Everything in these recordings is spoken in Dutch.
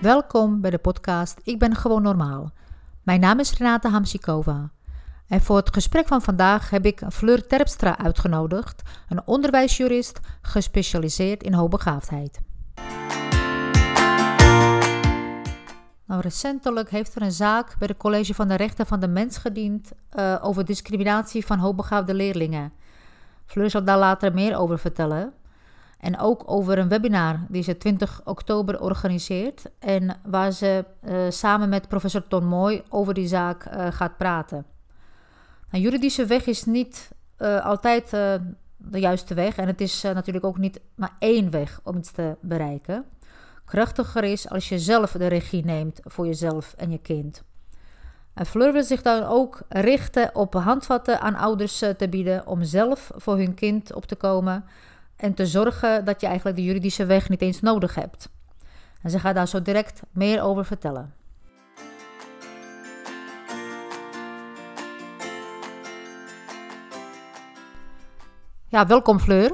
Welkom bij de podcast Ik ben gewoon normaal. Mijn naam is Renate Hamsikova. En voor het gesprek van vandaag heb ik Fleur Terpstra uitgenodigd, een onderwijsjurist gespecialiseerd in hoogbegaafdheid. Recentelijk heeft er een zaak bij het College van de Rechten van de Mens gediend over discriminatie van hoogbegaafde leerlingen. Fleur zal daar later meer over vertellen. En ook over een webinar die ze 20 oktober organiseert en waar ze samen met professor Ton Mooi over die zaak gaat praten. Een juridische weg is niet altijd de juiste weg en het is natuurlijk ook niet maar één weg om iets te bereiken. Krachtiger is als je zelf de regie neemt voor jezelf en je kind. En Fleur wil zich dan ook richten op handvatten aan ouders te bieden om zelf voor hun kind op te komen en te zorgen dat je eigenlijk de juridische weg niet eens nodig hebt. En ze gaat daar zo direct meer over vertellen. Ja, welkom Fleur.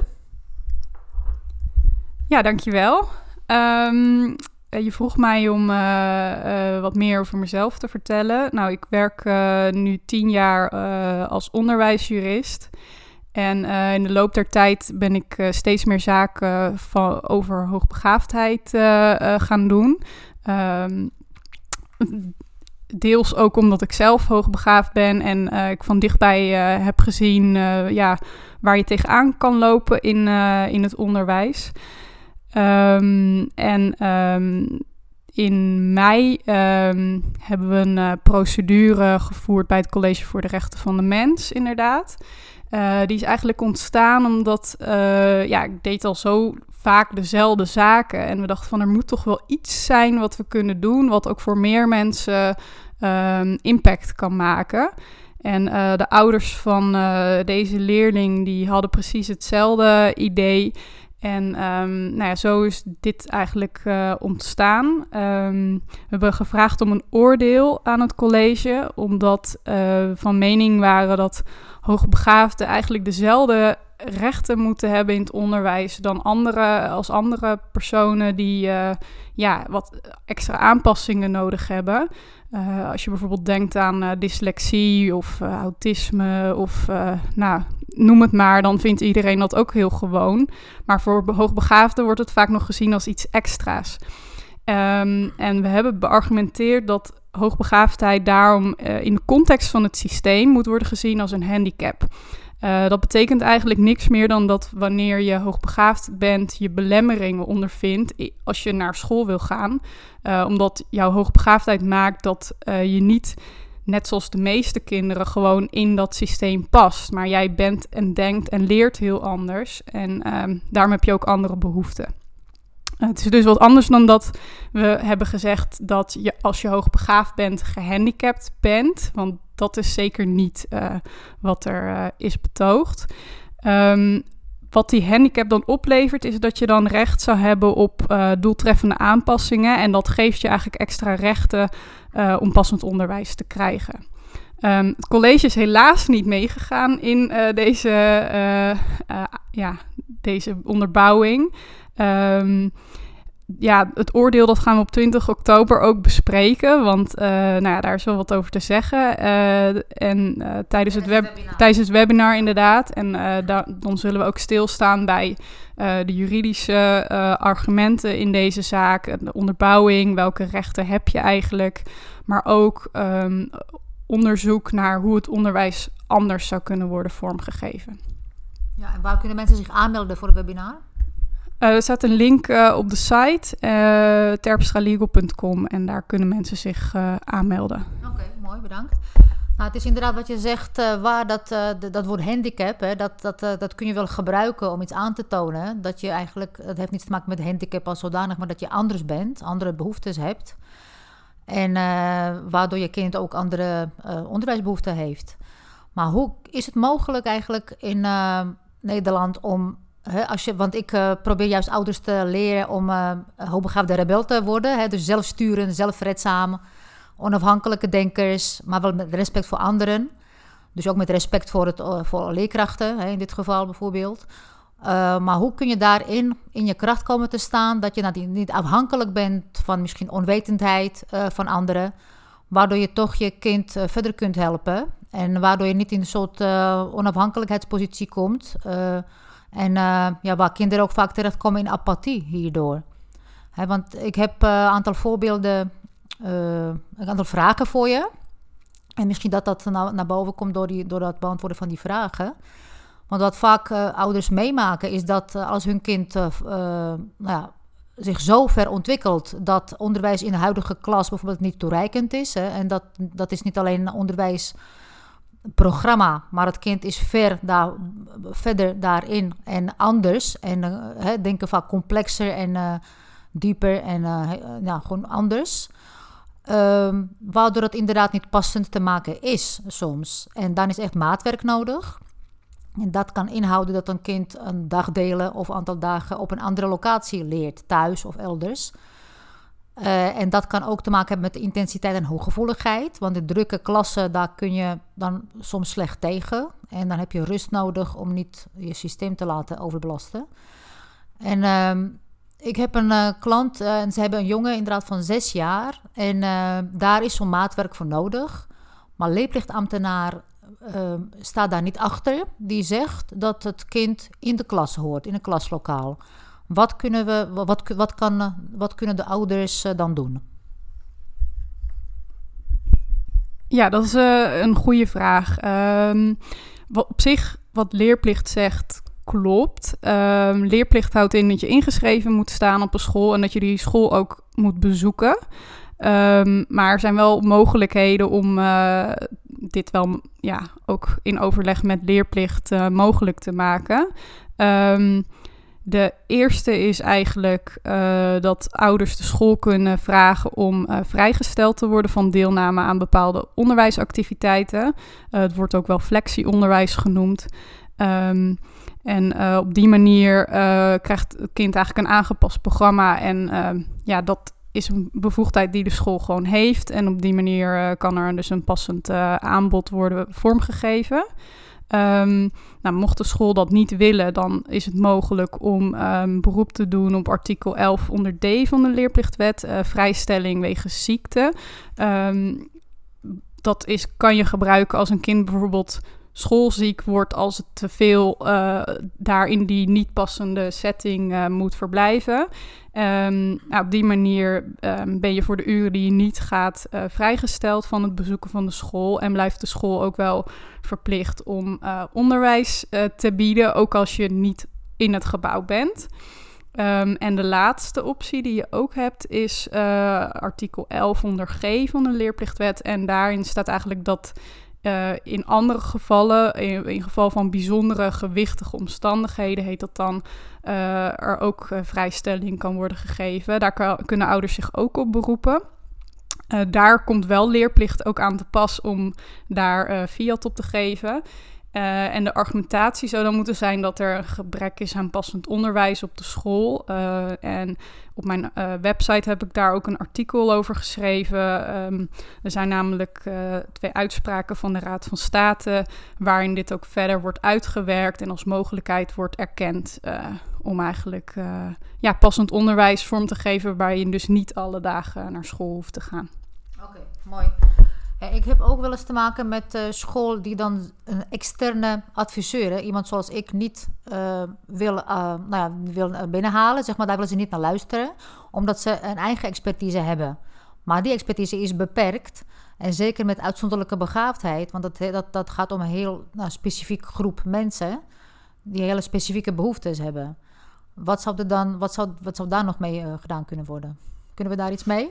Ja, dankjewel. Je vroeg mij om wat meer over mezelf te vertellen. Nou, ik werk nu 10 jaar als onderwijsjurist. En in de loop der tijd ben ik steeds meer zaken over hoogbegaafdheid gaan doen. Deels ook omdat ik zelf hoogbegaafd ben en ik van dichtbij heb gezien waar je tegenaan kan lopen in het onderwijs. In mei hebben we een procedure gevoerd bij het College voor de Rechten van de Mens, inderdaad. Die is eigenlijk ontstaan omdat ik deed al zo vaak dezelfde zaken. En we dachten van er moet toch wel iets zijn wat we kunnen doen, wat ook voor meer mensen impact kan maken. En de ouders van deze leerling die hadden precies hetzelfde idee. En zo is dit eigenlijk ontstaan. We hebben gevraagd om een oordeel aan het college, omdat we van mening waren dat hoogbegaafden eigenlijk dezelfde rechten moeten hebben in het onderwijs dan andere personen die wat extra aanpassingen nodig hebben. Als je bijvoorbeeld denkt aan dyslexie of autisme of noem het maar, dan vindt iedereen dat ook heel gewoon. Maar voor hoogbegaafden wordt het vaak nog gezien als iets extra's. En we hebben beargumenteerd dat hoogbegaafdheid daarom in de context van het systeem moet worden gezien als een handicap. Dat betekent eigenlijk niks meer dan dat wanneer je hoogbegaafd bent, je belemmeringen ondervindt als je naar school wil gaan. Omdat jouw hoogbegaafdheid maakt dat je niet, net zoals de meeste kinderen, gewoon in dat systeem past. Maar jij bent en denkt en leert heel anders. En daarom heb je ook andere behoeften. Het is dus wat anders dan dat we hebben gezegd dat je als je hoogbegaafd bent gehandicapt bent. Want dat is zeker niet wat er is betoogd. Wat die handicap dan oplevert is dat je dan recht zou hebben op doeltreffende aanpassingen. En dat geeft je eigenlijk extra rechten om passend onderwijs te krijgen. Het college is helaas niet meegegaan in deze onderbouwing. Het oordeel dat gaan we op 20 oktober ook bespreken, want daar is wel wat over te zeggen. Tijdens het webinar inderdaad. En dan zullen we ook stilstaan bij de juridische argumenten in deze zaak, de onderbouwing, welke rechten heb je eigenlijk, maar ook onderzoek naar hoe het onderwijs anders zou kunnen worden vormgegeven. Ja, en waar kunnen mensen zich aanmelden voor het webinar? Er staat een link op de site, terpstralegal.com, en daar kunnen mensen zich aanmelden. Oké, mooi, bedankt. Nou, het is inderdaad wat je zegt, waar dat woord handicap, hè, dat kun je wel gebruiken om iets aan te tonen. Dat je eigenlijk, dat heeft niets te maken met handicap als zodanig, maar dat je anders bent, andere behoeftes hebt. En waardoor je kind ook andere onderwijsbehoeften heeft. Maar hoe is het mogelijk eigenlijk in Nederland om... Want ik probeer juist ouders te leren om hoogbegaafde rebel te worden. Dus zelfsturend, zelfredzaam, onafhankelijke denkers, maar wel met respect voor anderen. Dus ook met respect voor leerkrachten, in dit geval bijvoorbeeld. Maar hoe kun je daarin in je kracht komen te staan, dat je niet afhankelijk bent van misschien onwetendheid van anderen, waardoor je toch je kind verder kunt helpen en waardoor je niet in een soort onafhankelijkheidspositie komt waar kinderen ook vaak terechtkomen in apathie hierdoor. Want ik heb een aantal voorbeelden, een aantal vragen voor je. En misschien dat naar boven komt door dat beantwoorden van die vragen. Want wat vaak ouders meemaken is dat als hun kind zich zo ver ontwikkelt dat onderwijs in de huidige klas bijvoorbeeld niet toereikend is. En dat is niet alleen een onderwijsprogramma, maar het kind is verder daarin en anders. En denken vaak complexer en dieper en gewoon anders. Waardoor het inderdaad niet passend te maken is soms. En dan is echt maatwerk nodig. En dat kan inhouden dat een kind een dagdelen of aantal dagen op een andere locatie leert, thuis of elders. En dat kan ook te maken hebben met de intensiteit en hooggevoeligheid. Want de drukke klassen, daar kun je dan soms slecht tegen. En dan heb je rust nodig om niet je systeem te laten overbelasten. En ik heb een klant en ze hebben een jongen inderdaad van 6 jaar. En daar is zo'n maatwerk voor nodig. Maar leerplichtambtenaar staat daar niet achter. Die zegt dat het kind in de klas hoort, in een klaslokaal. Wat kunnen de ouders dan doen? Ja, dat is een goede vraag. Op zich, wat leerplicht zegt, klopt. Leerplicht houdt in dat je ingeschreven moet staan op een school en dat je die school ook moet bezoeken. Maar er zijn wel mogelijkheden om dit wel ook in overleg met leerplicht mogelijk te maken. De eerste is eigenlijk dat ouders de school kunnen vragen om vrijgesteld te worden van deelname aan bepaalde onderwijsactiviteiten. Het wordt ook wel flexieonderwijs genoemd. En op die manier krijgt het kind eigenlijk een aangepast programma. En dat is een bevoegdheid die de school gewoon heeft. En op die manier kan er dus een passend aanbod worden vormgegeven. Mocht de school dat niet willen, dan is het mogelijk om beroep te doen op artikel 11 onder D van de leerplichtwet, vrijstelling wegens ziekte. Dat kan je gebruiken als een kind bijvoorbeeld schoolziek wordt, als het te veel daar in die niet passende setting moet verblijven. Op die manier ben je voor de uren die je niet gaat vrijgesteld van het bezoeken van de school en blijft de school ook wel verplicht om onderwijs te bieden, ook als je niet in het gebouw bent. En de laatste optie die je ook hebt is artikel 11 onder G van de leerplichtwet. En daarin staat eigenlijk dat in andere gevallen, in geval van bijzondere gewichtige omstandigheden, heet dat dan, er ook vrijstelling kan worden gegeven. Daar kunnen ouders zich ook op beroepen. Daar komt wel leerplicht ook aan te pas om daar fiat op te geven. En de argumentatie zou dan moeten zijn dat er een gebrek is aan passend onderwijs op de school. En op mijn website heb ik daar ook een artikel over geschreven. Er zijn namelijk 2 uitspraken van de Raad van State waarin dit ook verder wordt uitgewerkt en als mogelijkheid wordt erkend om eigenlijk passend onderwijs vorm te geven waarbij je dus niet alle dagen naar school hoeft te gaan. Oké, mooi. Ik heb ook wel eens te maken met school die dan een externe adviseur, iemand zoals ik, niet wil binnenhalen. Zeg maar, daar willen ze niet naar luisteren, omdat ze een eigen expertise hebben. Maar die expertise is beperkt. En zeker met uitzonderlijke begaafdheid, want dat gaat om een heel specifiek groep mensen die hele specifieke behoeftes hebben. Wat zou daar nog mee gedaan kunnen worden? Kunnen we daar iets mee?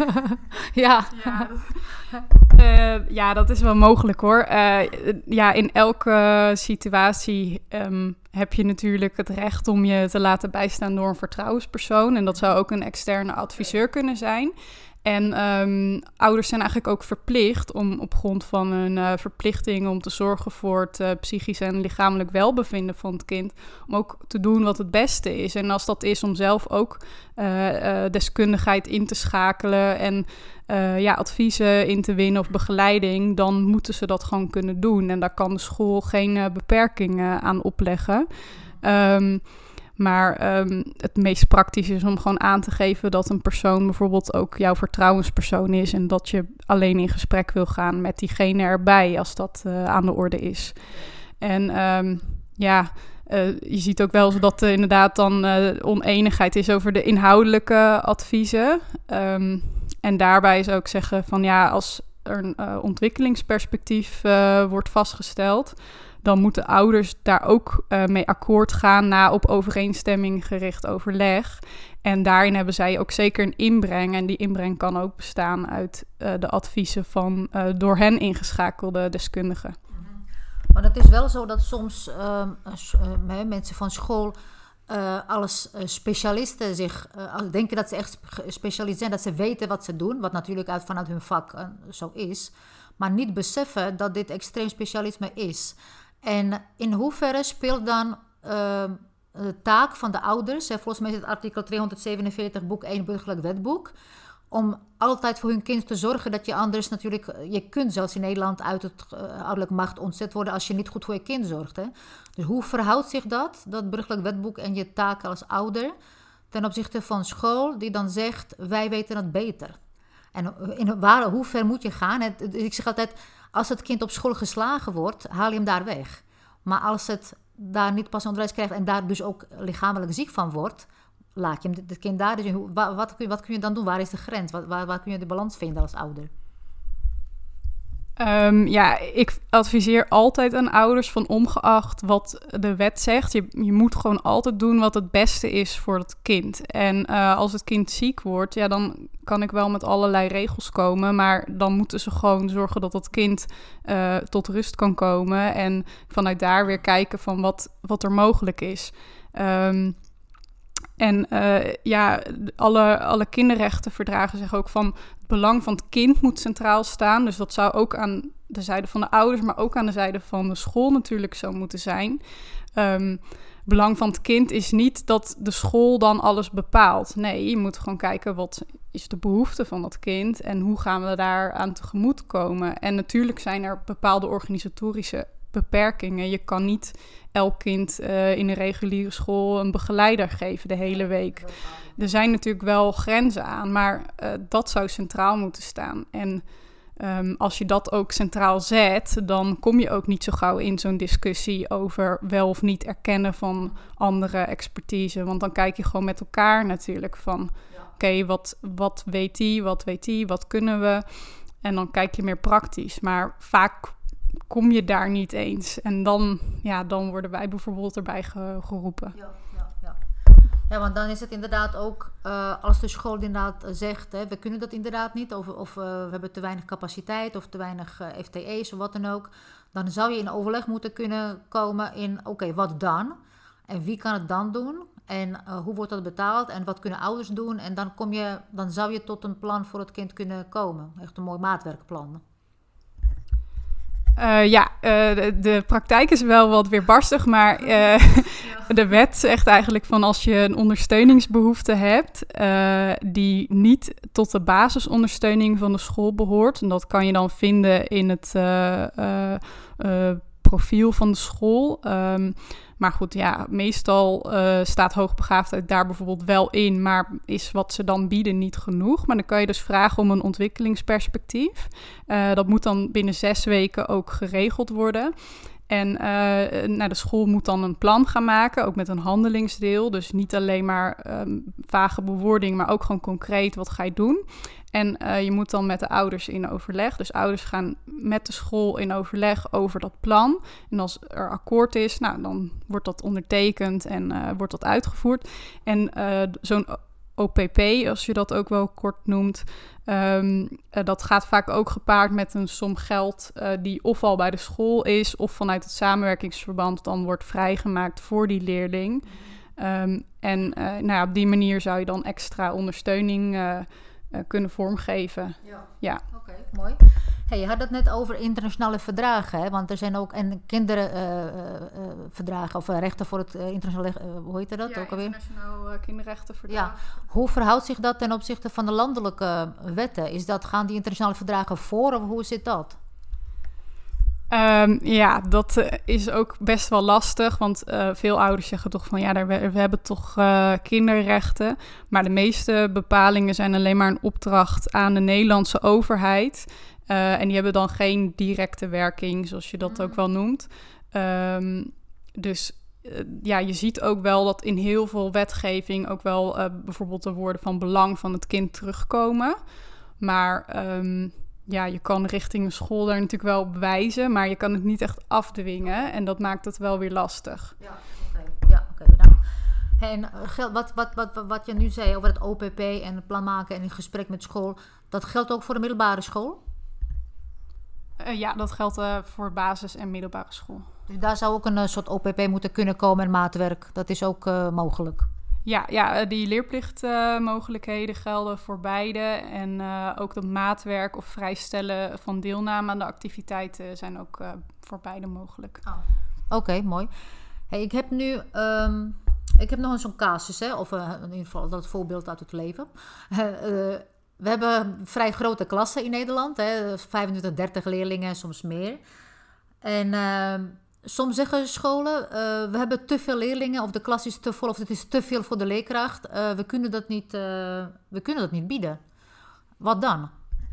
Ja, dat is wel mogelijk hoor. In elke situatie heb je natuurlijk het recht om je te laten bijstaan door een vertrouwenspersoon. En dat zou ook een externe adviseur kunnen zijn. En ouders zijn eigenlijk ook verplicht om op grond van hun verplichting om te zorgen voor het psychisch en lichamelijk welbevinden van het kind, om ook te doen wat het beste is. En als dat is om zelf ook deskundigheid in te schakelen en adviezen in te winnen of begeleiding, dan moeten ze dat gewoon kunnen doen. En daar kan de school geen beperking aan opleggen. Maar het meest praktisch is om gewoon aan te geven dat een persoon bijvoorbeeld ook jouw vertrouwenspersoon is en dat je alleen in gesprek wil gaan met diegene erbij als dat aan de orde is. En je ziet ook wel eens dat er inderdaad dan oneenigheid is over de inhoudelijke adviezen. En daarbij zou ik zeggen van als er een ontwikkelingsperspectief wordt vastgesteld, dan moeten ouders daar ook mee akkoord gaan na op overeenstemming gericht overleg. En daarin hebben zij ook zeker een inbreng. En die inbreng kan ook bestaan uit de adviezen van door hen ingeschakelde deskundigen. Maar het is wel zo dat soms mensen van school als specialisten zich denken dat ze echt specialist zijn, dat ze weten wat ze doen, wat natuurlijk vanuit hun vak zo is, maar niet beseffen dat dit extreem specialisme is. En in hoeverre speelt dan de taak van de ouders, volgens mij is het artikel 247 boek 1 burgerlijk wetboek, om altijd voor hun kind te zorgen dat je anders natuurlijk, je kunt zelfs in Nederland uit het ouderlijk macht ontzet worden als je niet goed voor je kind zorgt. Hè? Dus hoe verhoudt zich dat burgerlijk wetboek en je taak als ouder ten opzichte van school die dan zegt wij weten het beter? En hoe ver moet je gaan? Ik zeg altijd, als het kind op school geslagen wordt, haal je hem daar weg. Maar als het daar niet pas onderwijs krijgt en daar dus ook lichamelijk ziek van wordt, laat je het kind daar. Dus wat kun je dan doen? Waar is de grens? Waar kun je de balans vinden als ouder? Ik adviseer altijd aan ouders van ongeacht wat de wet zegt. Je moet gewoon altijd doen wat het beste is voor het kind. En als het kind ziek wordt, dan kan ik wel met allerlei regels komen. Maar dan moeten ze gewoon zorgen dat het kind tot rust kan komen. En vanuit daar weer kijken van wat er mogelijk is. Alle kinderrechtenverdragen zeggen ook van het belang van het kind moet centraal staan. Dus dat zou ook aan de zijde van de ouders, maar ook aan de zijde van de school natuurlijk zo moeten zijn. Belang van het kind is niet dat de school dan alles bepaalt. Nee, je moet gewoon kijken wat is de behoefte van dat kind en hoe gaan we daar aan tegemoet komen. En natuurlijk zijn er bepaalde organisatorische beperkingen. Je kan niet elk kind in een reguliere school een begeleider geven de hele week. Er zijn natuurlijk wel grenzen aan, maar dat zou centraal moeten staan. En als je dat ook centraal zet, dan kom je ook niet zo gauw in zo'n discussie over wel of niet erkennen van andere expertise. Want dan kijk je gewoon met elkaar natuurlijk van oké, wat weet die, wat kunnen we? En dan kijk je meer praktisch. Maar vaak kom je daar niet eens. En dan worden wij bijvoorbeeld erbij geroepen. Ja, want dan is het inderdaad ook, als de school inderdaad zegt, we kunnen dat inderdaad niet, of we hebben te weinig capaciteit, of te weinig FTE's, of wat dan ook, dan zou je in overleg moeten kunnen komen in, oké, wat dan? En wie kan het dan doen? En hoe wordt dat betaald? En wat kunnen ouders doen? En dan zou je tot een plan voor het kind kunnen komen. Echt een mooi maatwerkplan. De praktijk is wel wat weerbarstig, maar de wet zegt eigenlijk van als je een ondersteuningsbehoefte hebt die niet tot de basisondersteuning van de school behoort, en dat kan je dan vinden in het profiel van de school. Maar goed, meestal staat hoogbegaafdheid daar bijvoorbeeld wel in, maar is wat ze dan bieden niet genoeg. Maar dan kan je dus vragen om een ontwikkelingsperspectief. Dat moet dan binnen 6 weken ook geregeld worden. En de school moet dan een plan gaan maken, ook met een handelingsdeel. Dus niet alleen maar vage bewoording, maar ook gewoon concreet wat ga je doen. En je moet dan met de ouders in overleg. Dus ouders gaan met de school in overleg over dat plan. En als er akkoord is, dan wordt dat ondertekend en wordt dat uitgevoerd. En zo'n OPP, als je dat ook wel kort noemt, dat gaat vaak ook gepaard met een som geld die of al bij de school is of vanuit het samenwerkingsverband dan wordt vrijgemaakt voor die leerling. Op die manier zou je dan extra ondersteuning kunnen vormgeven. Ja. Oké, mooi. Hey, je had het net over internationale verdragen, hè? Want er zijn ook kinderverdragen of rechten voor het internationale, hoe heet dat ook alweer? Internationaal kinderrechtenverdrag. Ja. Hoe verhoudt zich dat ten opzichte van de landelijke wetten? Gaan die internationale verdragen voor of hoe zit dat? Ja, dat is ook best wel lastig, want veel ouders zeggen toch van ja, we hebben toch kinderrechten. Maar de meeste bepalingen zijn alleen maar een opdracht aan de Nederlandse overheid. En die hebben dan geen directe werking, zoals je dat ook wel noemt. Dus je ziet ook wel dat in heel veel wetgeving ook wel bijvoorbeeld de woorden van belang van het kind terugkomen. Maar je kan richting een school daar natuurlijk wel op wijzen, maar je kan het niet echt afdwingen en dat maakt het wel weer lastig. Ja, oké, bedankt. En wat je nu zei over het OPP en het plan maken en in gesprek met school, dat geldt ook voor de middelbare school? Ja, dat geldt voor basis- en middelbare school. Dus daar zou ook een soort OPP moeten kunnen komen en maatwerk. Dat is ook mogelijk. Ja, die leerplichtmogelijkheden gelden voor beide. En ook dat maatwerk of vrijstellen van deelname aan de activiteiten zijn ook voor beide mogelijk. Oké, mooi. Hey, ik heb nu nog zo'n casus, hè, of in ieder geval dat voorbeeld uit het leven. We hebben vrij grote klassen in Nederland, hè, 25, 30 leerlingen, soms meer. En soms zeggen scholen, we hebben te veel leerlingen, of de klas is te vol, of het is te veel voor de leerkracht. We kunnen dat niet bieden. Wat dan?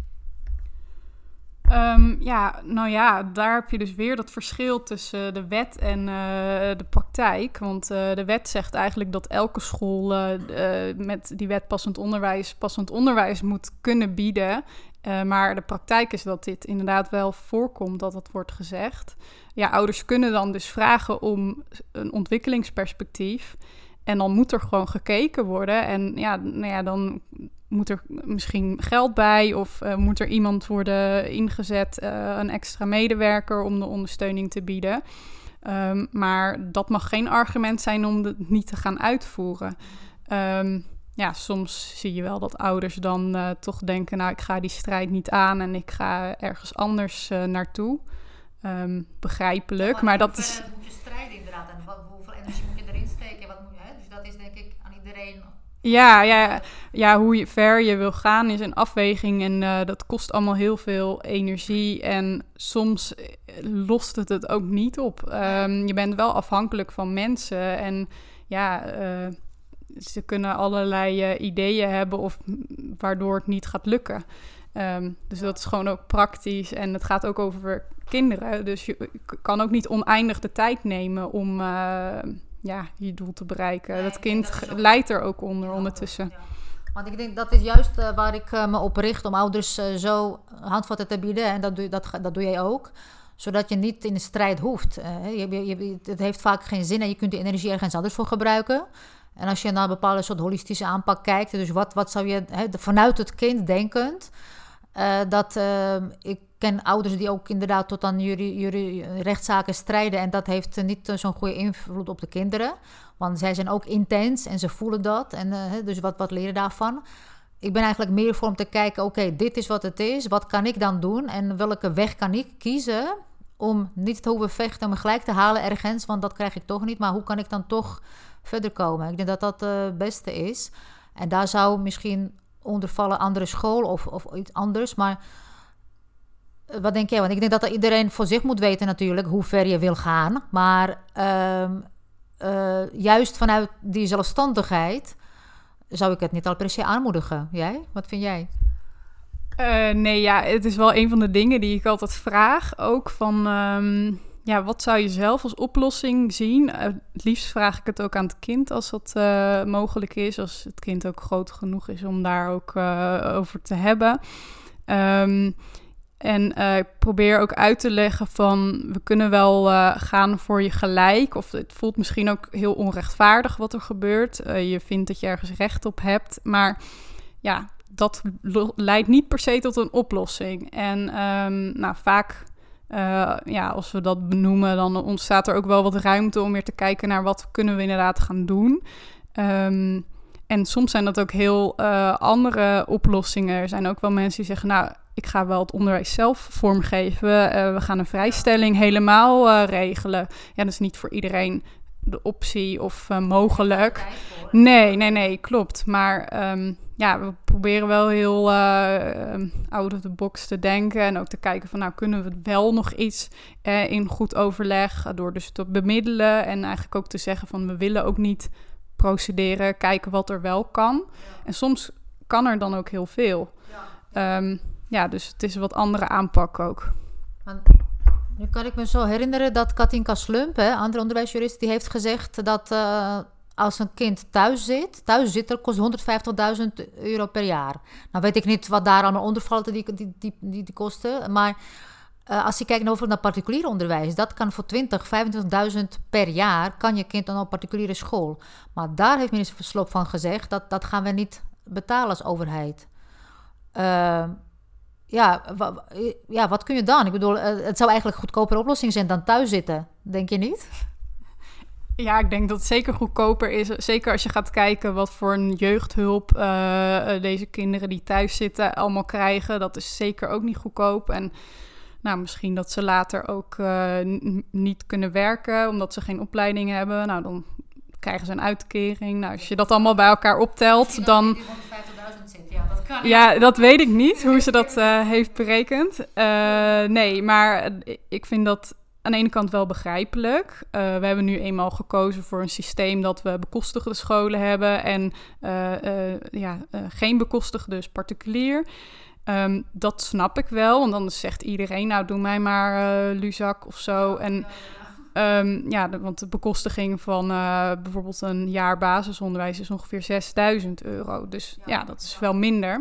Daar heb je dus weer dat verschil tussen de wet en de praktijk. Want de wet zegt eigenlijk dat elke school met die wet passend onderwijs moet kunnen bieden. Maar de praktijk is dat dit inderdaad wel voorkomt dat dat wordt gezegd. Ja, ouders kunnen dan dus vragen om een ontwikkelingsperspectief. En dan moet er gewoon gekeken worden. En dan moet er misschien geld bij of moet er iemand worden ingezet, een extra medewerker om de ondersteuning te bieden. Maar dat mag geen argument zijn om het niet te gaan uitvoeren. Soms zie je wel dat ouders dan toch denken, nou, ik ga die strijd niet aan en ik ga ergens anders naartoe. Begrijpelijk, maar dat is... moet je strijden inderdaad en hoeveel energie moet je erin steken? Wat moet je, hè? Dus dat is denk ik aan iedereen... Ja, hoe ver je wil gaan is een afweging en dat kost allemaal heel veel energie en soms lost het ook niet op. Je bent wel afhankelijk van mensen en ze kunnen allerlei ideeën hebben of waardoor het niet gaat lukken. Dus dat is gewoon ook praktisch en het gaat ook over kinderen. Dus je kan ook niet oneindig de tijd nemen om je doel te bereiken. Dat kind lijdt er ook ondertussen. Ja. Want ik denk dat is juist waar ik me op richt om ouders zo handvatten te bieden. En dat doe jij ook. Zodat je niet in de strijd hoeft. Het heeft vaak geen zin en je kunt die energie ergens anders voor gebruiken. En als je naar een bepaalde soort holistische aanpak kijkt, dus wat zou je vanuit het kind denkend, ik ken ouders die ook inderdaad tot aan rechtszaken strijden en dat heeft niet zo'n goede invloed op de kinderen, want zij zijn ook intens en ze voelen dat en dus wat leren daarvan. Ik ben eigenlijk meer voor om te kijken, oké, dit is wat het is, wat kan ik dan doen en welke weg kan ik kiezen om niet te hoeven vechten en me gelijk te halen ergens, want dat krijg ik toch niet, maar hoe kan ik dan toch verder komen? Ik denk dat dat het beste is. En daar zou misschien onder vallen andere school of iets anders. Maar wat denk jij? Want ik denk dat iedereen voor zich moet weten natuurlijk hoe ver je wil gaan. Maar juist vanuit die zelfstandigheid zou ik het niet al per se aanmoedigen. Jij? Wat vind jij? Het is wel een van de dingen die ik altijd vraag. Ook van... wat zou je zelf als oplossing zien? Het liefst vraag ik het ook aan het kind als dat mogelijk is. Als het kind ook groot genoeg is om daar ook over te hebben. Ik probeer ook uit te leggen van... we kunnen wel gaan voor je gelijk. Of het voelt misschien ook heel onrechtvaardig wat er gebeurt. Je vindt dat je ergens recht op hebt. Maar ja, dat leidt niet per se tot een oplossing. En vaak... als we dat benoemen, dan ontstaat er ook wel wat ruimte om weer te kijken naar wat kunnen we inderdaad gaan doen. En soms zijn dat ook heel andere oplossingen. Er zijn ook wel mensen die zeggen, nou, ik ga wel het onderwijs zelf vormgeven. We gaan een vrijstelling helemaal regelen. Ja, dat is niet voor iedereen de optie of mogelijk. Nee, klopt. Maar we proberen wel heel out of the box te denken. En ook te kijken van, nou, kunnen we wel nog iets in goed overleg, door dus te bemiddelen. En eigenlijk ook te zeggen van, we willen ook niet procederen, kijken wat er wel kan. Ja. En soms kan er dan ook heel veel. Dus het is een wat andere aanpak ook. Nu kan ik me zo herinneren dat Katinka Slump, andere onderwijsjurist, die heeft gezegd dat als een kind thuiszitter kost €150.000 per jaar. Nou weet ik niet wat daar allemaal onder valt, die kosten. Maar als je kijkt naar particulier onderwijs, dat kan voor 25.000 per jaar, kan je kind dan op particuliere school. Maar daar heeft minister Slob van gezegd, dat gaan we niet betalen als overheid. Wat kun je dan? Ik bedoel, het zou eigenlijk een goedkopere oplossing zijn dan thuis zitten. Denk je niet? Ja, ik denk dat het zeker goedkoper is. Zeker als je gaat kijken wat voor een jeugdhulp deze kinderen die thuis zitten allemaal krijgen. Dat is zeker ook niet goedkoop. En nou, misschien dat ze later ook niet kunnen werken omdat ze geen opleiding hebben. Nou, dan krijgen ze een uitkering. Nou, als je dat allemaal bij elkaar optelt, dan... Ja, dat weet ik niet, hoe ze dat heeft berekend. Nee, maar ik vind dat aan de ene kant wel begrijpelijk. We hebben nu eenmaal gekozen voor een systeem dat we bekostigde scholen hebben en geen bekostigde, dus particulier. Dat snap ik wel, want dan zegt iedereen, nou doe mij maar Luzak of zo. En want de bekostiging van bijvoorbeeld een jaar basisonderwijs is ongeveer €6.000. Dus ja, dat is wel minder.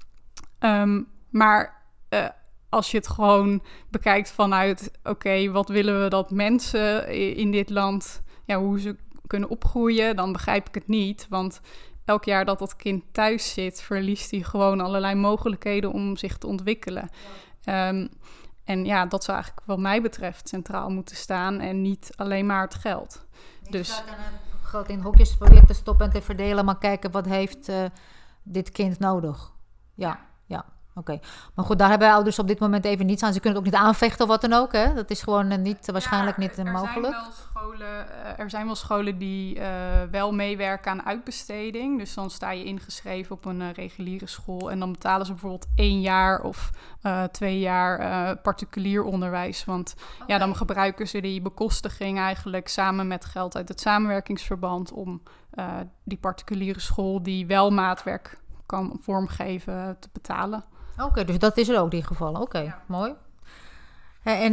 Maar als je het gewoon bekijkt vanuit, oké, wat willen we dat mensen in dit land, hoe ze kunnen opgroeien, dan begrijp ik het niet. Want elk jaar dat kind thuis zit, verliest hij gewoon allerlei mogelijkheden om zich te ontwikkelen. En dat zou eigenlijk wat mij betreft centraal moeten staan en niet alleen maar het geld. Dus geld in hokjes proberen te stoppen en te verdelen, maar kijken wat heeft dit kind nodig. Ja. Oké. Maar goed, daar hebben ouders op dit moment even niets aan. Ze kunnen het ook niet aanvechten of wat dan ook. Hè? Dat is gewoon waarschijnlijk niet mogelijk. Er zijn wel scholen die wel meewerken aan uitbesteding. Dus dan sta je ingeschreven op een reguliere school. En dan betalen ze bijvoorbeeld 1 jaar of 2 jaar particulier onderwijs. Want dan gebruiken ze die bekostiging eigenlijk samen met geld uit het samenwerkingsverband om die particuliere school die wel maatwerk kan vormgeven te betalen. Oké, dus dat is er ook in geval. Oké, mooi. En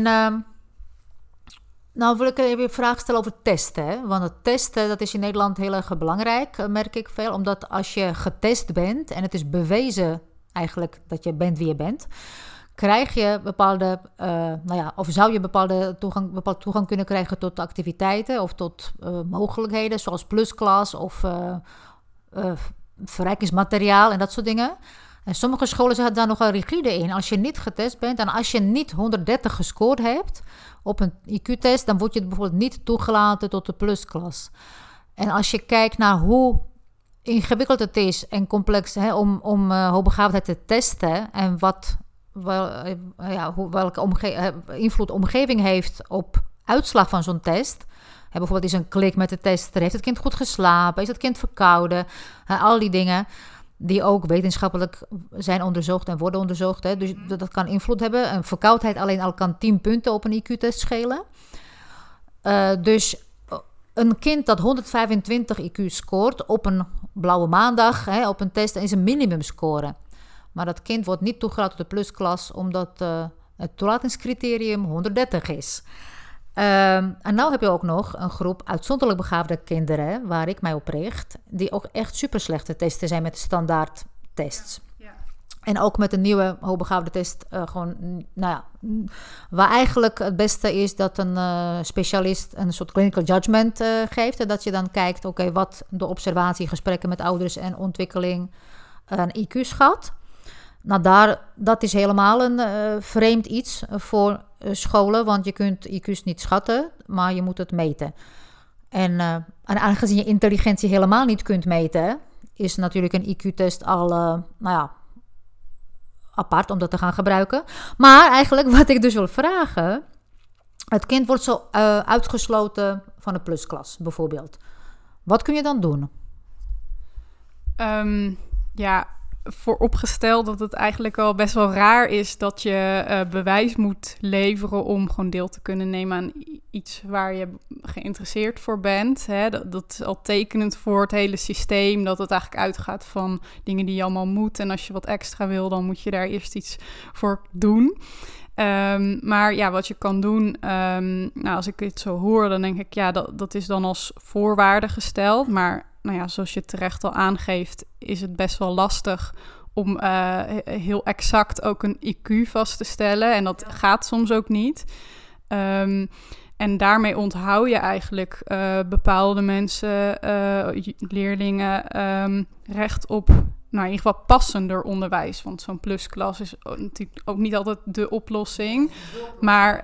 nou wil ik even een vraag stellen over testen. Hè? Want het testen, dat is in Nederland heel erg belangrijk, merk ik veel. Omdat als je getest bent en het is bewezen eigenlijk dat je bent wie je bent, krijg je bepaalde, of zou je bepaalde toegang kunnen krijgen tot activiteiten of tot mogelijkheden, zoals plusklas of verrijkingsmateriaal en dat soort dingen. En sommige scholen zetten daar nogal rigide in. Als je niet getest bent en als je niet 130 gescoord hebt op een IQ-test, dan word je bijvoorbeeld niet toegelaten tot de plusklas. En als je kijkt naar hoe ingewikkeld het is en complex om hoogbegaafdheid te testen en welke invloed de omgeving heeft op uitslag van zo'n test. Bijvoorbeeld is een klik met de tester, heeft het kind goed geslapen, is het kind verkouden, al die dingen die ook wetenschappelijk zijn onderzocht en worden onderzocht. Hè. Dus dat kan invloed hebben. Een verkoudheid alleen al kan 10 punten op een IQ-test schelen. Dus een kind dat 125 IQ scoort op een blauwe maandag, op een test, is een minimumscore. Maar dat kind wordt niet toegelaten tot de plusklas, omdat het toelatingscriterium 130 is. En nou heb je ook nog een groep uitzonderlijk begaafde kinderen, waar ik mij op richt, die ook echt super slechte testen zijn met de standaard tests. Ja. En ook met de nieuwe hoogbegaafde test, waar eigenlijk het beste is dat een specialist een soort clinical judgment geeft. En dat je dan kijkt, wat de observatie, gesprekken met ouders en ontwikkeling een IQ schat. Nou, dat is helemaal een vreemd iets voor scholen, want je kunt IQ's niet schatten, maar je moet het meten. En aangezien je intelligentie helemaal niet kunt meten, is natuurlijk een IQ-test al apart om dat te gaan gebruiken. Maar eigenlijk wat ik dus wil vragen, Het kind wordt zo uitgesloten van de plusklas, bijvoorbeeld. Wat kun je dan doen? Vooropgesteld dat het eigenlijk al best wel raar is dat je bewijs moet leveren om gewoon deel te kunnen nemen aan iets waar je geïnteresseerd voor bent. Hè? Dat is al tekenend voor het hele systeem, dat het eigenlijk uitgaat van dingen die je allemaal moet. En als je wat extra wil, dan moet je daar eerst iets voor doen. Maar ja, wat je kan doen, als ik dit zo hoor, dan denk ik, dat is dan als voorwaarde gesteld. Maar zoals je terecht al aangeeft, is het best wel lastig om heel exact ook een IQ vast te stellen. En dat gaat soms ook niet. En daarmee onthoud je eigenlijk bepaalde mensen, leerlingen, recht op in ieder geval passender onderwijs. Want zo'n plusklas is natuurlijk ook niet altijd de oplossing. Maar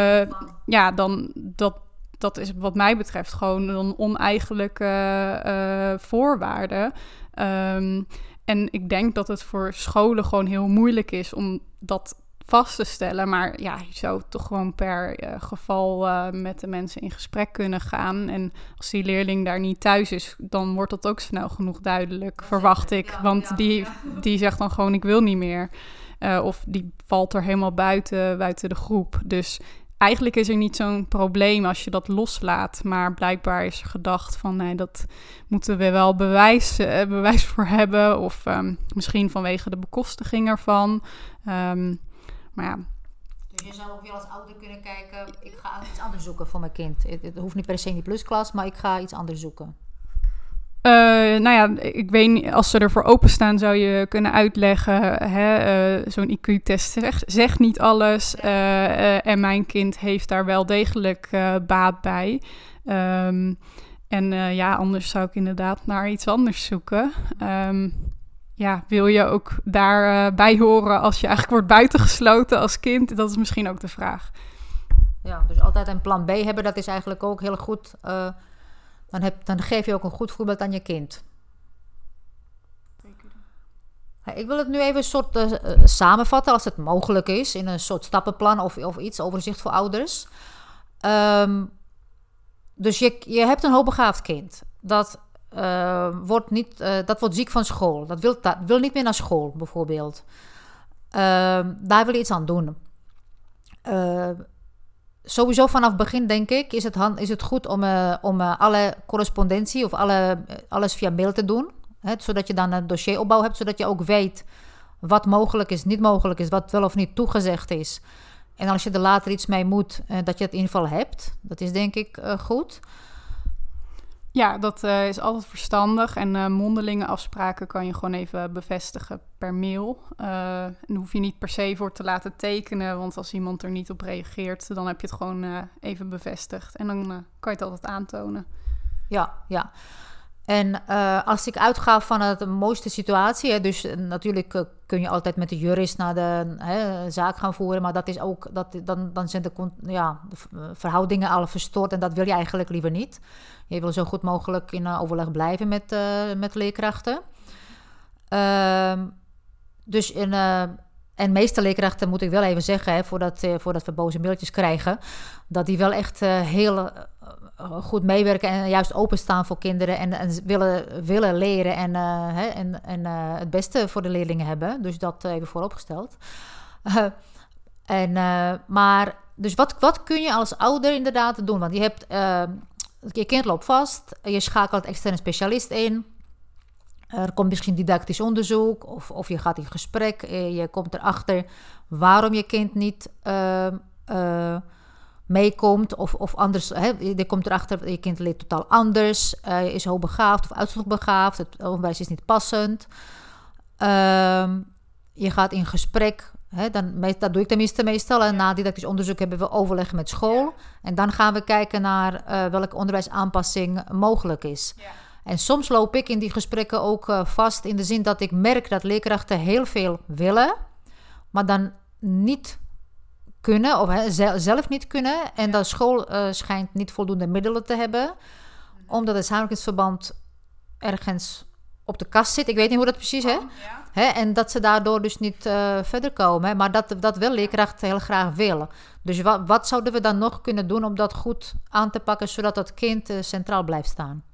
dat is wat mij betreft gewoon een oneigenlijke voorwaarde. En ik denk dat het voor scholen gewoon heel moeilijk is om dat vast te stellen. Maar je zou toch gewoon per geval met de mensen in gesprek kunnen gaan. En als die leerling daar niet thuis is, dan wordt dat ook snel genoeg duidelijk, verwacht ik. Want die zegt dan gewoon, ik wil niet meer. Of die valt er helemaal buiten de groep. Dus eigenlijk is er niet zo'n probleem als je dat loslaat. Maar blijkbaar is er gedacht van, nee, dat moeten we wel bewijs voor hebben. Of misschien vanwege de bekostiging ervan. Maar ja. Dus je zou ook wel als ouder kunnen kijken, ik ga iets anders zoeken voor mijn kind. Het hoeft niet per se in die plusklas, maar ik ga iets anders zoeken. Ik weet niet, als ze ervoor openstaan zou je kunnen uitleggen, zo'n IQ-test zegt niet alles. En mijn kind heeft daar wel degelijk baat bij. Anders zou ik inderdaad naar iets anders zoeken. Wil je ook daarbij horen als je eigenlijk wordt buitengesloten als kind? Dat is misschien ook de vraag. Ja, dus altijd een plan B hebben, dat is eigenlijk ook heel goed. Dan geef je ook een goed voorbeeld aan je kind. Ik wil het nu even een soort samenvatten, als het mogelijk is, in een soort stappenplan of iets, overzicht voor ouders. Dus je hebt een hoogbegaafd kind. Dat wordt ziek van school. Dat wil niet meer naar school, bijvoorbeeld. Daar wil je iets aan doen. Sowieso vanaf het begin, denk ik, is het goed om alle correspondentie of alles via mail te doen. Zodat je dan een dossieropbouw hebt, zodat je ook weet wat mogelijk is, niet mogelijk is, wat wel of niet toegezegd is. En als je er later iets mee moet, dat je het in ieder geval hebt. Dat is denk ik goed. Ja, dat is altijd verstandig. En mondelinge afspraken kan je gewoon even bevestigen per mail. En hoef je niet per se voor te laten tekenen. Want als iemand er niet op reageert, dan heb je het gewoon even bevestigd. En dan kan je het altijd aantonen. Ja. En als ik uitga van de mooiste situatie, dus natuurlijk kun je altijd met de jurist naar de zaak gaan voeren, maar dat is ook, dan zijn de verhoudingen al verstoord en dat wil je eigenlijk liever niet. Je wil zo goed mogelijk in overleg blijven met leerkrachten. En meeste leerkrachten, moet ik wel even zeggen, voordat we boze mailtjes krijgen, dat die wel echt heel goed meewerken en juist openstaan voor kinderen en willen leren en het beste voor de leerlingen hebben. Dus dat even vooropgesteld. Maar dus wat kun je als ouder inderdaad doen? Want je kind loopt vast, je schakelt externe specialist in. Er komt misschien didactisch onderzoek of je gaat in gesprek. Je komt erachter waarom je kind niet meekomt of anders. Je komt erachter, je kind leert totaal anders. Is hoogbegaafd of uitzonderingsbegaafd. Het onderwijs is niet passend. Je gaat in gesprek. Dat doe ik tenminste meestal. En na didactisch onderzoek hebben we overleg met school. En dan gaan we kijken naar welke onderwijsaanpassing mogelijk is. Ja. En soms loop ik in die gesprekken ook vast in de zin dat ik merk dat leerkrachten heel veel willen, maar dan niet kunnen of zelf niet kunnen. En de school schijnt niet voldoende middelen te hebben, omdat het samenwerkingsverband ergens op de kast zit. Ik weet niet hoe dat precies is. En dat ze daardoor dus niet verder komen. Hè? Maar dat wil leerkracht heel graag willen. Dus wat zouden we dan nog kunnen doen om dat goed aan te pakken, zodat dat kind centraal blijft staan?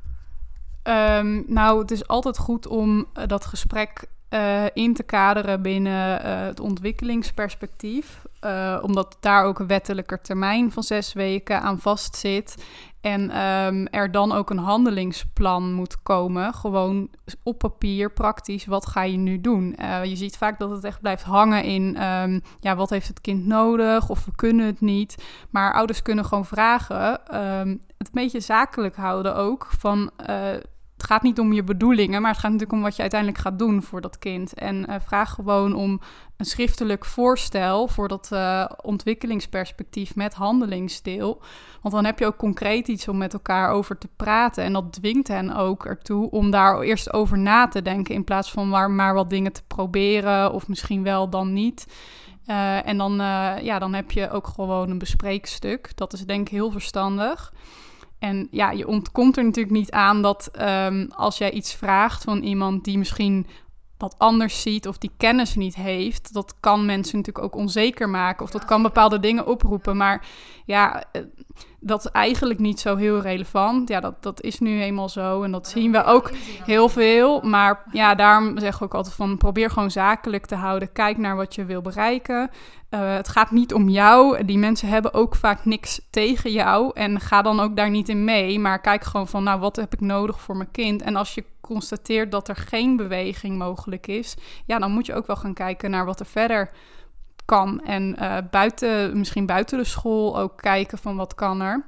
Nou, het is altijd goed om dat gesprek in te kaderen binnen het ontwikkelingsperspectief. Omdat daar ook een wettelijke termijn van 6 weken aan vastzit. En er dan ook een handelingsplan moet komen. Gewoon op papier, praktisch, wat ga je nu doen? Je ziet vaak dat het echt blijft hangen in... wat heeft het kind nodig? Of we kunnen het niet. Maar ouders kunnen gewoon vragen. Het een beetje zakelijk houden ook. Van... Het gaat niet om je bedoelingen, maar het gaat natuurlijk om wat je uiteindelijk gaat doen voor dat kind. En vraag gewoon om een schriftelijk voorstel voor dat ontwikkelingsperspectief met handelingsdeel. Want dan heb je ook concreet iets om met elkaar over te praten. En dat dwingt hen ook ertoe om daar eerst over na te denken, in plaats van maar wat dingen te proberen of misschien wel dan niet. En dan heb je ook gewoon een bespreekstuk. Dat is denk ik heel verstandig. En ja, je ontkomt er natuurlijk niet aan dat als jij iets vraagt van iemand die misschien wat anders ziet of die kennis niet heeft, dat kan mensen natuurlijk ook onzeker maken of dat kan bepaalde dingen oproepen. Maar ja, dat is eigenlijk niet zo heel relevant. Ja, dat is nu eenmaal zo en dat zien we ook heel veel. Maar ja, daarom zeg ik ook altijd van probeer gewoon zakelijk te houden. Kijk naar wat je wil bereiken. Het gaat niet om jou. Die mensen hebben ook vaak niks tegen jou. En ga dan ook daar niet in mee. Maar kijk gewoon van, nou, wat heb ik nodig voor mijn kind? En als je constateert dat er geen beweging mogelijk is, ja, dan moet je ook wel gaan kijken naar wat er verder kan. En misschien buiten de school ook kijken van wat kan er.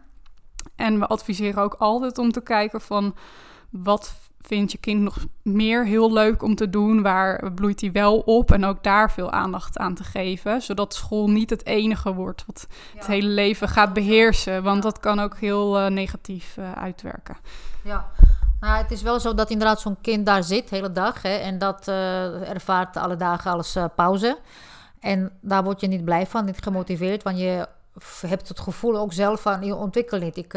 En we adviseren ook altijd om te kijken van wat vindt je kind nog meer heel leuk om te doen? Waar bloeit hij wel op? En ook daar veel aandacht aan te geven. Zodat school niet het enige wordt wat het hele leven gaat beheersen. Want dat kan ook heel negatief uitwerken. Ja, nou, het is wel zo dat inderdaad zo'n kind daar zit de hele dag. Hè, en dat ervaart alle dagen als pauze. En daar word je niet blij van, niet gemotiveerd. Want je hebt het gevoel ook zelf van, je ontwikkelt niet.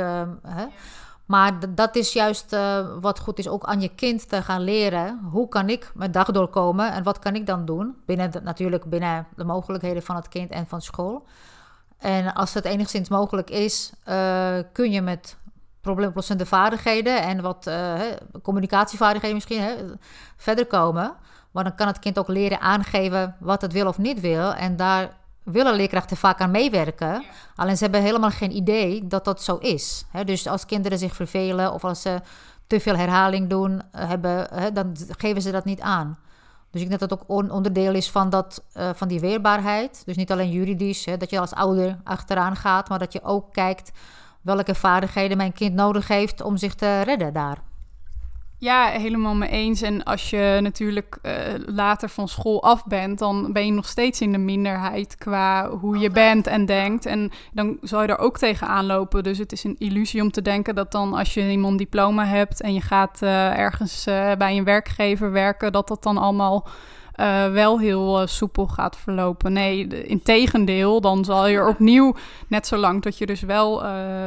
Maar dat is juist wat goed is, ook aan je kind te gaan leren. Hoe kan ik mijn dag doorkomen en wat kan ik dan doen? Natuurlijk binnen de mogelijkheden van het kind en van school. En als het enigszins mogelijk is, kun je met probleemoplossende vaardigheden en wat communicatievaardigheden misschien verder komen. Maar dan kan het kind ook leren aangeven wat het wil of niet wil. En daar willen leerkrachten vaak aan meewerken. Ja. Alleen ze hebben helemaal geen idee dat dat zo is. Dus als kinderen zich vervelen of als ze te veel herhaling doen, dan geven ze dat niet aan. Dus ik denk dat het ook onderdeel is van die weerbaarheid. Dus niet alleen juridisch, dat je als ouder achteraan gaat, maar dat je ook kijkt welke vaardigheden mijn kind nodig heeft om zich te redden daar. Ja, helemaal mee eens. En als je natuurlijk later van school af bent, dan ben je nog steeds in de minderheid qua hoe je bent en denkt. En dan zal je er ook tegenaan lopen. Dus het is een illusie om te denken dat dan als je eenmaal diploma hebt en je gaat ergens bij een werkgever werken, dat dan allemaal wel heel soepel gaat verlopen. Nee, integendeel, dan zal je er opnieuw, net zolang dat je dus wel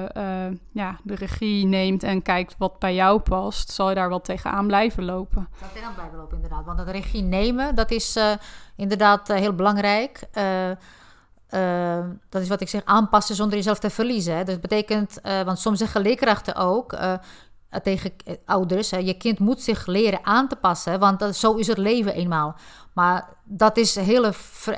de regie neemt en kijkt wat bij jou past, zal je daar wel tegenaan blijven lopen. Tegenaan blijven lopen, inderdaad. Want dat regie nemen, dat is inderdaad heel belangrijk. Dat is wat ik zeg, aanpassen zonder jezelf te verliezen. Hè. Dat betekent, want soms zeggen leerkrachten ook tegen ouders, je kind moet zich leren aan te passen, want zo is het leven eenmaal. Maar dat is een hele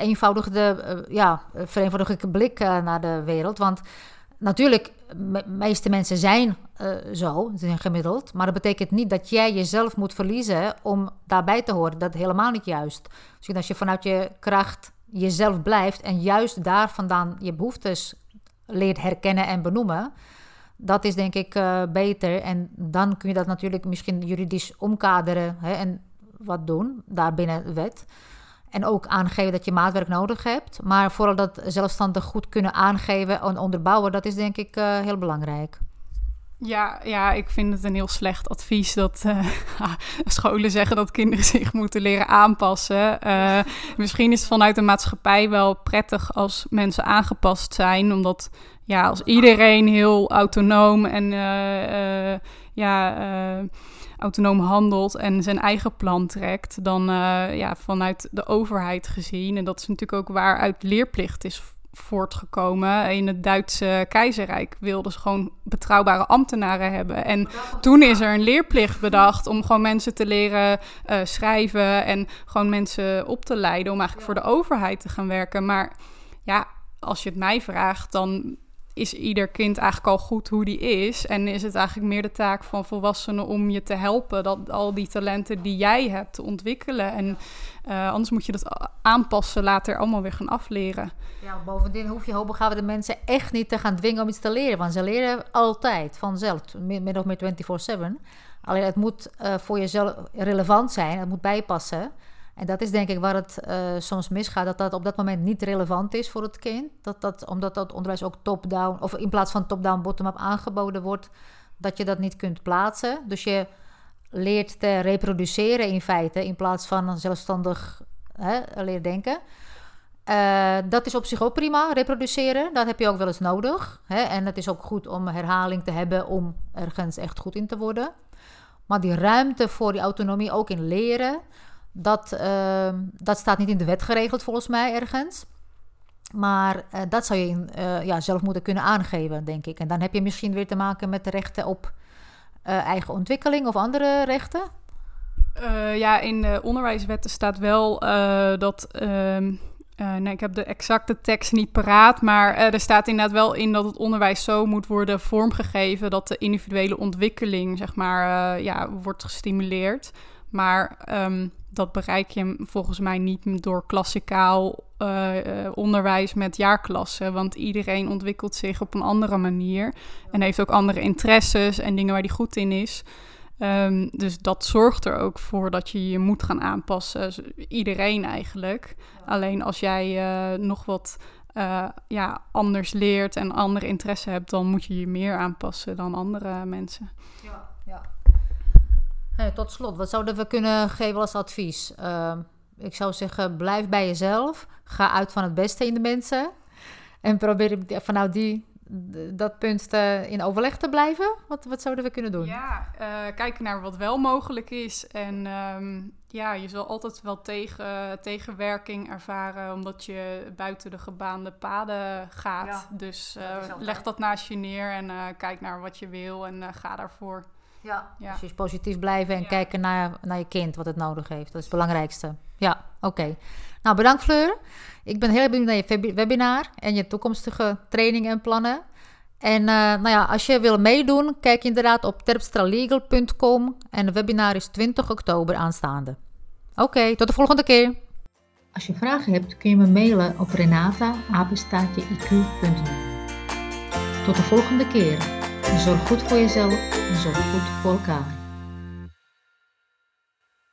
vereenvoudigde blik naar de wereld. Want natuurlijk, de meeste mensen zijn zo, zijn gemiddeld. Maar dat betekent niet dat jij jezelf moet verliezen om daarbij te horen. Dat is helemaal niet juist. Dus als je vanuit je kracht jezelf blijft en juist daar vandaan je behoeftes leert herkennen en benoemen, dat is denk ik beter. En dan kun je dat natuurlijk misschien juridisch omkaderen en wat doen daar binnen de wet. En ook aangeven dat je maatwerk nodig hebt. Maar vooral dat zelfstandig goed kunnen aangeven en onderbouwen, dat is denk ik heel belangrijk. Ja, ik vind het een heel slecht advies dat scholen zeggen dat kinderen zich moeten leren aanpassen. Misschien is het vanuit de maatschappij wel prettig als mensen aangepast zijn, omdat als iedereen heel autonoom en autonoom handelt en zijn eigen plan trekt, dan vanuit de overheid gezien. En dat is natuurlijk ook waaruit leerplicht is voortgekomen. In het Duitse keizerrijk wilden ze gewoon betrouwbare ambtenaren hebben. En toen is er een leerplicht bedacht om gewoon mensen te leren schrijven en gewoon mensen op te leiden om eigenlijk voor de overheid te gaan werken. Maar als je het mij vraagt, dan is ieder kind eigenlijk al goed hoe die is. En is het eigenlijk meer de taak van volwassenen om je te helpen dat al die talenten die jij hebt te ontwikkelen. En anders moet je dat aanpassen, later allemaal weer gaan afleren. Ja, bovendien hoef je hoogbegaafde mensen echt niet te gaan dwingen om iets te leren. Want ze leren altijd vanzelf, min of meer 24/7. Alleen het moet voor jezelf relevant zijn, het moet bijpassen. En dat is denk ik waar het soms misgaat, dat op dat moment niet relevant is voor het kind. Omdat dat onderwijs ook top-down, of in plaats van top-down, bottom-up aangeboden wordt, dat je dat niet kunt plaatsen. Dus je leert te reproduceren in feite, in plaats van zelfstandig leren denken. Dat is op zich ook prima, reproduceren. Dat heb je ook wel eens nodig. En het is ook goed om herhaling te hebben om ergens echt goed in te worden. Maar die ruimte voor die autonomie ook in leren, dat staat niet in de wet geregeld volgens mij ergens. Maar dat zou je zelf moeten kunnen aangeven, denk ik. En dan heb je misschien weer te maken met de rechten op eigen ontwikkeling of andere rechten. In de onderwijswetten staat wel dat... ik heb de exacte tekst niet paraat, maar er staat inderdaad wel in dat het onderwijs zo moet worden vormgegeven dat de individuele ontwikkeling, zeg maar, wordt gestimuleerd. Maar dat bereik je volgens mij niet door klassikaal onderwijs met jaarklassen. Want iedereen ontwikkelt zich op een andere manier. En heeft ook andere interesses en dingen waar hij goed in is. Dus dat zorgt er ook voor dat je je moet gaan aanpassen. Iedereen eigenlijk. Alleen als jij nog wat anders leert en andere interesse hebt, dan moet je je meer aanpassen dan andere mensen. Ja. Hey, tot slot, wat zouden we kunnen geven als advies? Ik zou zeggen, blijf bij jezelf. Ga uit van het beste in de mensen. En probeer vanuit dat punt in overleg te blijven. Wat zouden we kunnen doen? Ja, kijken naar wat wel mogelijk is. En je zal altijd wel tegenwerking ervaren, omdat je buiten de gebaande paden gaat. Ja, dus leg dat naast je neer en kijk naar wat je wil en ga daarvoor. Ja, dus positief blijven en kijken naar je kind, wat het nodig heeft. Dat is het belangrijkste. Ja, oké. Nou, bedankt Fleur. Ik ben heel benieuwd naar je webinar en je toekomstige trainingen en plannen. En als je wil meedoen, kijk inderdaad op terpstralegal.com en het webinar is 20 oktober aanstaande. Oké, tot de volgende keer. Als je vragen hebt, kun je me mailen op renata@iq.nl. Tot de volgende keer. Zorg goed voor jezelf en zorg goed voor elkaar.